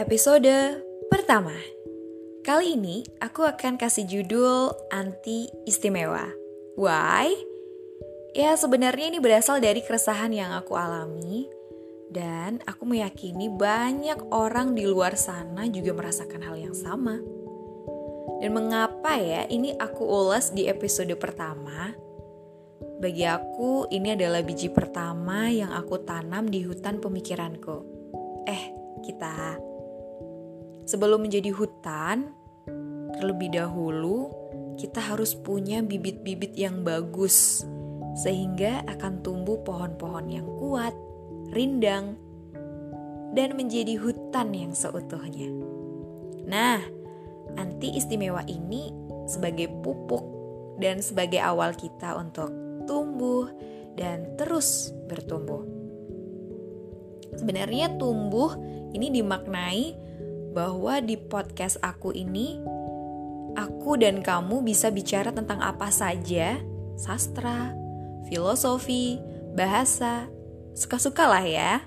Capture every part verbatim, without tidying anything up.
Episode pertama. Kali ini aku akan kasih judul Anti Istimewa. Why? Ya sebenarnya ini berasal dari keresahan yang aku alami dan aku meyakini banyak orang di luar sana juga merasakan hal yang sama. Dan mengapa ya ini aku ulas di episode pertama? Bagi aku ini adalah biji pertama yang aku tanam di hutan pemikiranku. Eh, kita sebelum menjadi hutan, terlebih dahulu kita harus punya bibit-bibit yang bagus sehingga akan tumbuh pohon-pohon yang kuat, rindang, dan menjadi hutan yang seutuhnya. Nah, anti istimewa ini sebagai pupuk dan sebagai awal kita untuk tumbuh dan terus bertumbuh. Sebenarnya tumbuh ini dimaknai bahwa di podcast aku ini, aku dan kamu bisa bicara tentang apa saja, sastra, filosofi, bahasa, suka-suka lah ya.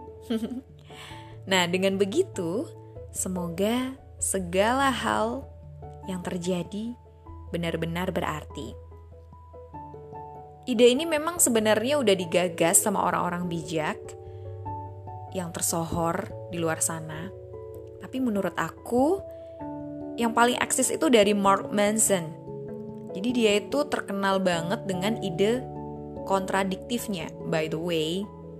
Nah, dengan begitu, semoga segala hal yang terjadi benar-benar berarti. Ide ini memang sebenarnya udah digagas sama orang-orang bijak yang tersohor di luar sana. Tapi menurut aku, yang paling eksis itu dari Mark Manson. Jadi dia itu terkenal banget dengan ide kontradiktifnya, by the way.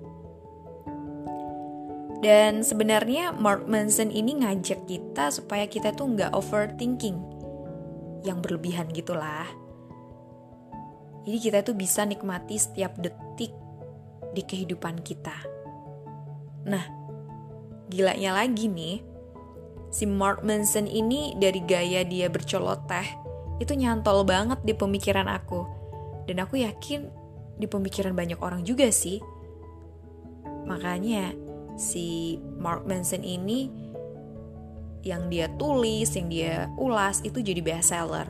Dan sebenarnya Mark Manson ini ngajak kita supaya kita tuh nggak overthinking, yang berlebihan gitulah. Jadi kita tuh bisa nikmati setiap detik di kehidupan kita. Nah, gilanya lagi nih, si Mark Manson ini dari gaya dia berceloteh itu nyantol banget di pemikiran aku. Dan aku yakin di pemikiran banyak orang juga sih. Makanya si Mark Manson ini yang dia tulis, yang dia ulas itu jadi bestseller.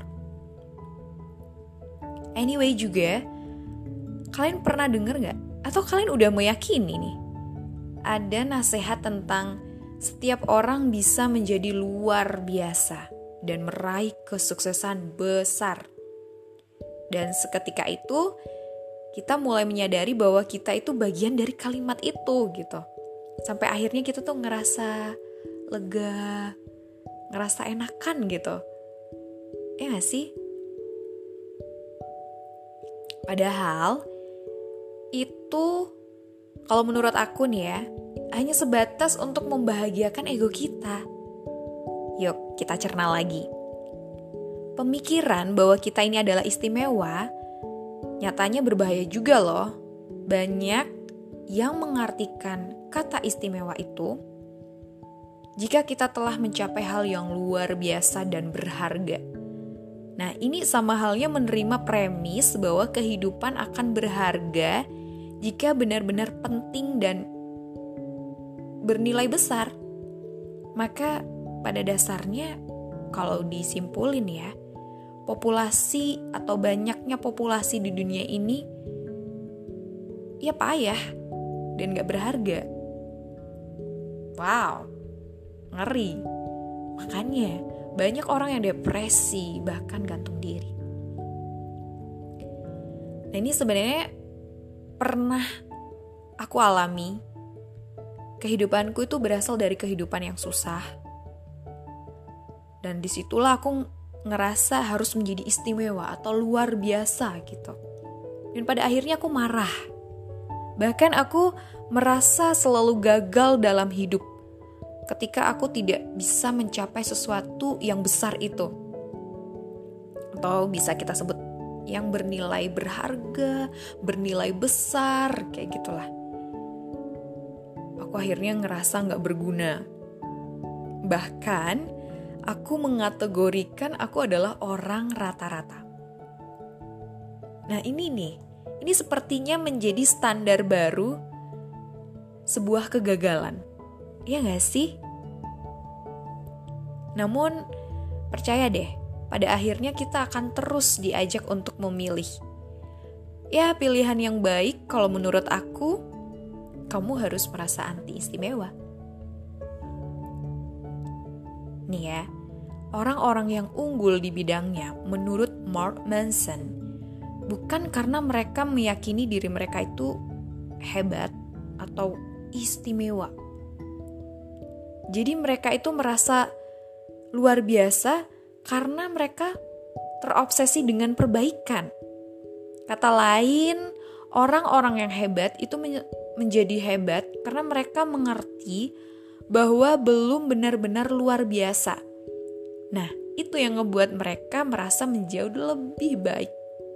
Anyway juga, kalian pernah denger gak? Atau kalian udah meyakini nih? Ada nasihat tentang setiap orang bisa menjadi luar biasa dan meraih kesuksesan besar. Dan seketika itu, kita mulai menyadari bahwa kita itu bagian dari kalimat itu gitu. Sampai akhirnya kita tuh ngerasa lega, ngerasa enakan gitu. Ya gak sih? Padahal, itu kalau menurut aku nih ya, hanya sebatas untuk membahagiakan ego kita. Yuk, kita cerna lagi. Pemikiran bahwa kita ini adalah istimewa, nyatanya berbahaya juga loh. Banyak yang mengartikan kata istimewa itu, jika kita telah mencapai hal yang luar biasa dan berharga. Nah, ini sama halnya menerima premis bahwa kehidupan akan berharga jika benar-benar penting dan bernilai besar. Maka pada dasarnya kalau disimpulin ya, populasi atau banyaknya populasi di dunia ini ya payah dan gak berharga. Wow, ngeri. Makanya banyak orang yang depresi bahkan gantung diri. Nah, ini sebenarnya pernah aku alami. Kehidupanku itu berasal dari kehidupan yang susah. Dan disitulah aku ngerasa harus menjadi istimewa atau luar biasa gitu. Dan pada akhirnya aku marah. Bahkan aku merasa selalu gagal dalam hidup ketika aku tidak bisa mencapai sesuatu yang besar itu. Atau bisa kita sebut yang bernilai berharga, bernilai besar, kayak gitulah. Aku akhirnya ngerasa gak berguna. Bahkan, aku mengategorikan aku adalah orang rata-rata. Nah ini nih, ini sepertinya menjadi standar baru sebuah kegagalan. Iya gak sih? Namun, percaya deh, pada akhirnya kita akan terus diajak untuk memilih. Ya, pilihan yang baik kalau menurut aku, kamu harus merasa anti istimewa. Nih ya, orang-orang yang unggul di bidangnya menurut Mark Manson bukan karena mereka meyakini diri mereka itu hebat atau istimewa. Jadi mereka itu merasa luar biasa karena mereka terobsesi dengan perbaikan. Kata lain, orang-orang yang hebat itu menjadi hebat karena mereka mengerti bahwa belum benar-benar luar biasa. Nah, itu yang ngebuat mereka merasa menjauh lebih baik.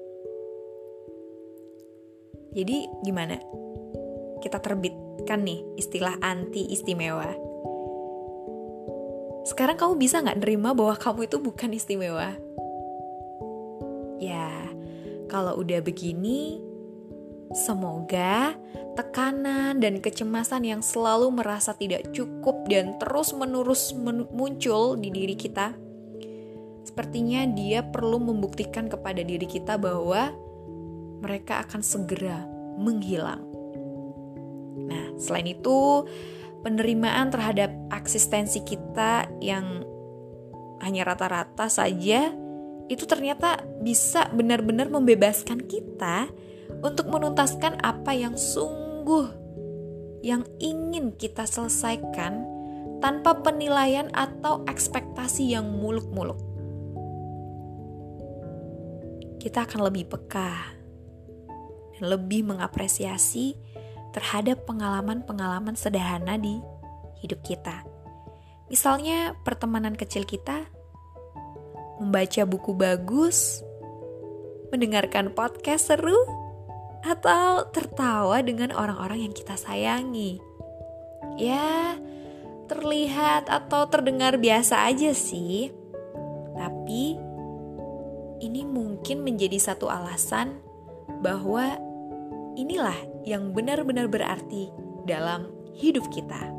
Jadi gimana? Kita terbitkan nih istilah anti istimewa. Sekarang kamu bisa gak nerima bahwa kamu itu bukan istimewa? Ya, kalau udah begini, semoga tekanan dan kecemasan yang selalu merasa tidak cukup dan terus-menerus men- muncul di diri kita, sepertinya dia perlu membuktikan kepada diri kita bahwa mereka akan segera menghilang. Nah, selain itu, penerimaan terhadap eksistensi kita yang hanya rata-rata saja, itu ternyata bisa benar-benar membebaskan kita untuk menuntaskan apa yang sungguh yang ingin kita selesaikan tanpa penilaian atau ekspektasi yang muluk-muluk. Kita akan lebih peka dan lebih mengapresiasi terhadap pengalaman-pengalaman sederhana di hidup kita. Misalnya pertemanan kecil kita, membaca buku bagus, mendengarkan podcast seru, atau tertawa dengan orang-orang yang kita sayangi. Ya, terlihat atau terdengar biasa aja sih. Tapi ini mungkin menjadi satu alasan bahwa inilah yang benar-benar berarti dalam hidup kita.